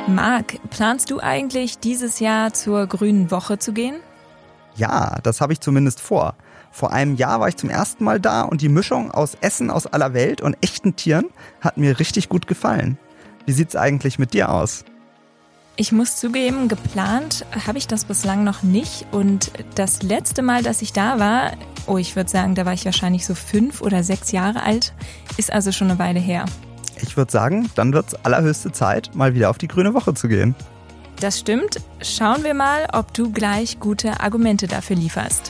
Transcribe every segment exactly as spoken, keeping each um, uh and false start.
Marc, planst du eigentlich dieses Jahr zur Grünen Woche zu gehen? Ja, das habe ich zumindest vor. Vor einem Jahr war ich zum ersten Mal da und die Mischung aus Essen aus aller Welt und echten Tieren hat mir richtig gut gefallen. Wie sieht's eigentlich mit dir aus? Ich muss zugeben, geplant habe ich das bislang noch nicht. Und das letzte Mal, dass ich da war, oh, ich würde sagen, da war ich wahrscheinlich so fünf oder sechs Jahre alt, ist also schon eine Weile her. Ich würde sagen, dann wird's allerhöchste Zeit, mal wieder auf die Grüne Woche zu gehen. Das stimmt. Schauen wir mal, ob du gleich gute Argumente dafür lieferst.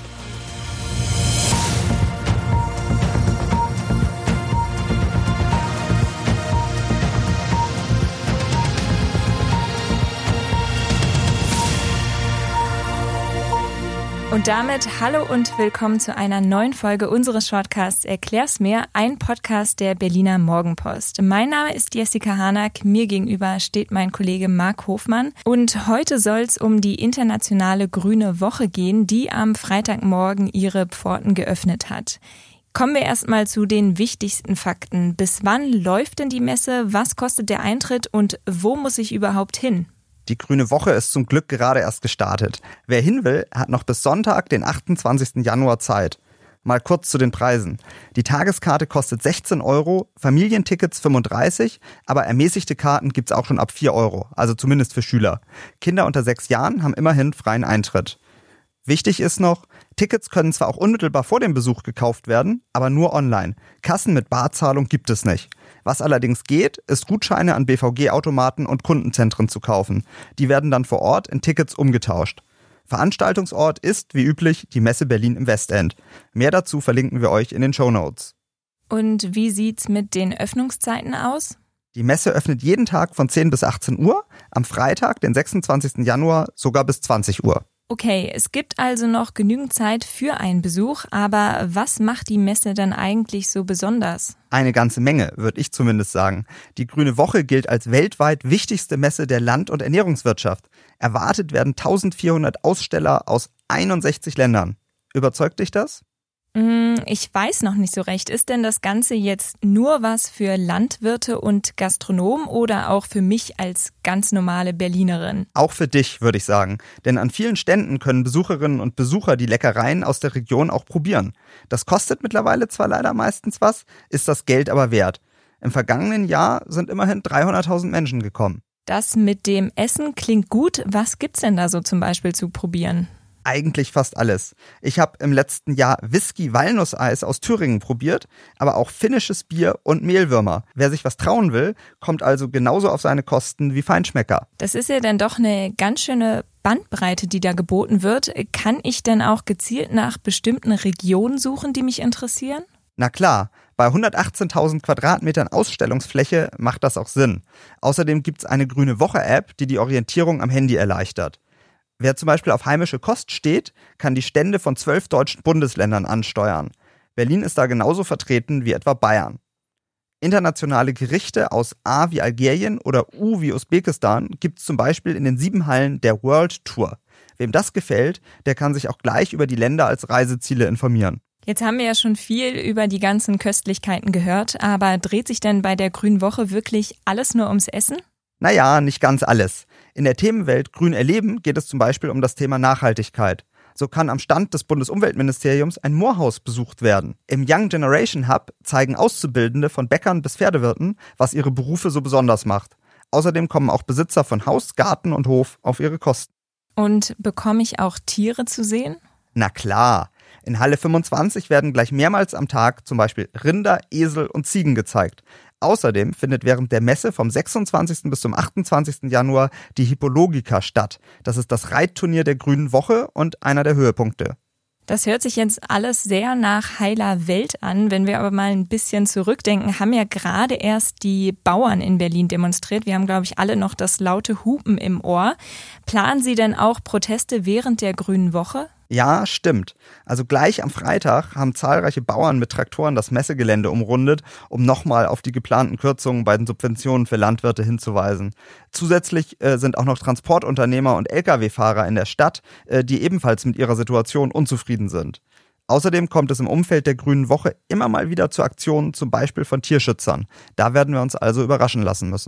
Und damit hallo und willkommen zu einer neuen Folge unseres Shortcasts Erklär's mir, ein Podcast der Berliner Morgenpost. Mein Name ist Jessica Hanack, mir gegenüber steht mein Kollege Marc Hofmann und heute soll es um die internationale Grüne Woche gehen, die am Freitagmorgen ihre Pforten geöffnet hat. Kommen wir erstmal zu den wichtigsten Fakten. Bis wann läuft denn die Messe? Was kostet der Eintritt und wo muss ich überhaupt hin? Die Grüne Woche ist zum Glück gerade erst gestartet. Wer hin will, hat noch bis Sonntag, den achtundzwanzigsten Januar Zeit. Mal kurz zu den Preisen. Die Tageskarte kostet sechzehn Euro, Familientickets fünfunddreißig, aber ermäßigte Karten gibt's auch schon ab vier Euro, also zumindest für Schüler. Kinder unter sechs Jahren haben immerhin freien Eintritt. Wichtig ist noch, Tickets können zwar auch unmittelbar vor dem Besuch gekauft werden, aber nur online. Kassen mit Barzahlung gibt es nicht. Was allerdings geht, ist Gutscheine an B V G-Automaten und Kundenzentren zu kaufen. Die werden dann vor Ort in Tickets umgetauscht. Veranstaltungsort ist, wie üblich, die Messe Berlin im Westend. Mehr dazu verlinken wir euch in den Shownotes. Und wie sieht's mit den Öffnungszeiten aus? Die Messe öffnet jeden Tag von zehn bis achtzehn Uhr, am Freitag, den sechsundzwanzigsten Januar, sogar bis zwanzig Uhr. Okay, es gibt also noch genügend Zeit für einen Besuch, aber was macht die Messe dann eigentlich so besonders? Eine ganze Menge, würde ich zumindest sagen. Die Grüne Woche gilt als weltweit wichtigste Messe der Land- und Ernährungswirtschaft. Erwartet werden eintausendvierhundert Aussteller aus einundsechzig Ländern. Überzeugt dich das? Ich weiß noch nicht so recht. Ist denn das Ganze jetzt nur was für Landwirte und Gastronomen oder auch für mich als ganz normale Berlinerin? Auch für dich, würde ich sagen. Denn an vielen Ständen können Besucherinnen und Besucher die Leckereien aus der Region auch probieren. Das kostet mittlerweile zwar leider meistens was, ist das Geld aber wert. Im vergangenen Jahr sind immerhin dreihunderttausend Menschen gekommen. Das mit dem Essen klingt gut. Was gibt's denn da so zum Beispiel zu probieren? Eigentlich fast alles. Ich habe im letzten Jahr Whisky-Walnusseis aus Thüringen probiert, aber auch finnisches Bier und Mehlwürmer. Wer sich was trauen will, kommt also genauso auf seine Kosten wie Feinschmecker. Das ist ja dann doch eine ganz schöne Bandbreite, die da geboten wird. Kann ich denn auch gezielt nach bestimmten Regionen suchen, die mich interessieren? Na klar, bei hundertachtzehntausend Quadratmetern Ausstellungsfläche macht das auch Sinn. Außerdem gibt's eine Grüne Woche-App, die die Orientierung am Handy erleichtert. Wer zum Beispiel auf heimische Kost steht, kann die Stände von zwölf deutschen Bundesländern ansteuern. Berlin ist da genauso vertreten wie etwa Bayern. Internationale Gerichte aus A wie Algerien oder U wie Usbekistan gibt's zum Beispiel in den sieben Hallen der World Tour. Wem das gefällt, der kann sich auch gleich über die Länder als Reiseziele informieren. Jetzt haben wir ja schon viel über die ganzen Köstlichkeiten gehört, aber dreht sich denn bei der Grünen Woche wirklich alles nur ums Essen? Naja, nicht ganz alles. In der Themenwelt Grün erleben geht es zum Beispiel um das Thema Nachhaltigkeit. So kann am Stand des Bundesumweltministeriums ein Moorhaus besucht werden. Im Young Generation Hub zeigen Auszubildende von Bäckern bis Pferdewirten, was ihre Berufe so besonders macht. Außerdem kommen auch Besitzer von Haus, Garten und Hof auf ihre Kosten. Und bekomme ich auch Tiere zu sehen? Na klar. In Halle fünfundzwanzig werden gleich mehrmals am Tag zum Beispiel Rinder, Esel und Ziegen gezeigt. Außerdem findet während der Messe vom sechsundzwanzigsten bis zum achtundzwanzigsten Januar die Hippologica statt. Das ist das Reitturnier der Grünen Woche und einer der Höhepunkte. Das hört sich jetzt alles sehr nach heiler Welt an. Wenn wir aber mal ein bisschen zurückdenken, haben ja gerade erst die Bauern in Berlin demonstriert. Wir haben, glaube ich, alle noch das laute Hupen im Ohr. Planen Sie denn auch Proteste während der Grünen Woche? Ja, stimmt. Also gleich am Freitag haben zahlreiche Bauern mit Traktoren das Messegelände umrundet, um nochmal auf die geplanten Kürzungen bei den Subventionen für Landwirte hinzuweisen. Zusätzlich äh, sind auch noch Transportunternehmer und L K W-Fahrer in der Stadt, äh, die ebenfalls mit ihrer Situation unzufrieden sind. Außerdem kommt es im Umfeld der Grünen Woche immer mal wieder zu Aktionen, zum Beispiel von Tierschützern. Da werden wir uns also überraschen lassen müssen.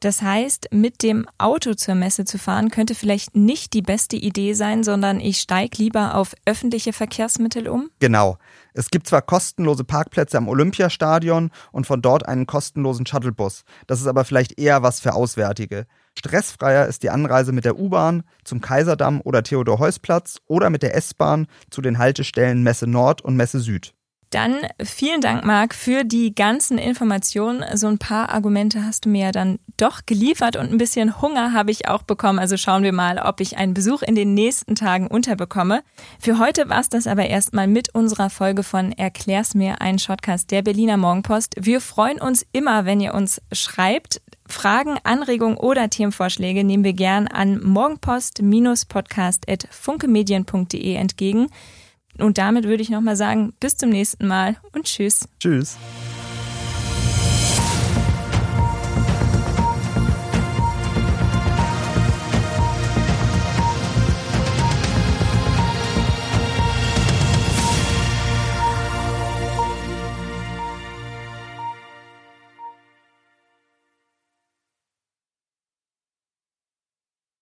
Das heißt, mit dem Auto zur Messe zu fahren, könnte vielleicht nicht die beste Idee sein, sondern ich steige lieber auf öffentliche Verkehrsmittel um? Genau. Es gibt zwar kostenlose Parkplätze am Olympiastadion und von dort einen kostenlosen Shuttlebus. Das ist aber vielleicht eher was für Auswärtige. Stressfreier ist die Anreise mit der U-Bahn zum Kaiserdamm oder Theodor-Heuss-Platz oder mit der S-Bahn zu den Haltestellen Messe Nord und Messe Süd. Dann vielen Dank, Marc, für die ganzen Informationen. So ein paar Argumente hast du mir ja dann doch geliefert und ein bisschen Hunger habe ich auch bekommen. Also schauen wir mal, ob ich einen Besuch in den nächsten Tagen unterbekomme. Für heute war es das aber erstmal mit unserer Folge von Erklär's mir, ein Shortcast der Berliner Morgenpost. Wir freuen uns immer, wenn ihr uns schreibt. Fragen, Anregungen oder Themenvorschläge nehmen wir gern an morgenpost-podcast at funkemedien punkt de entgegen. Und damit würde ich nochmal sagen, bis zum nächsten Mal und tschüss. Tschüss.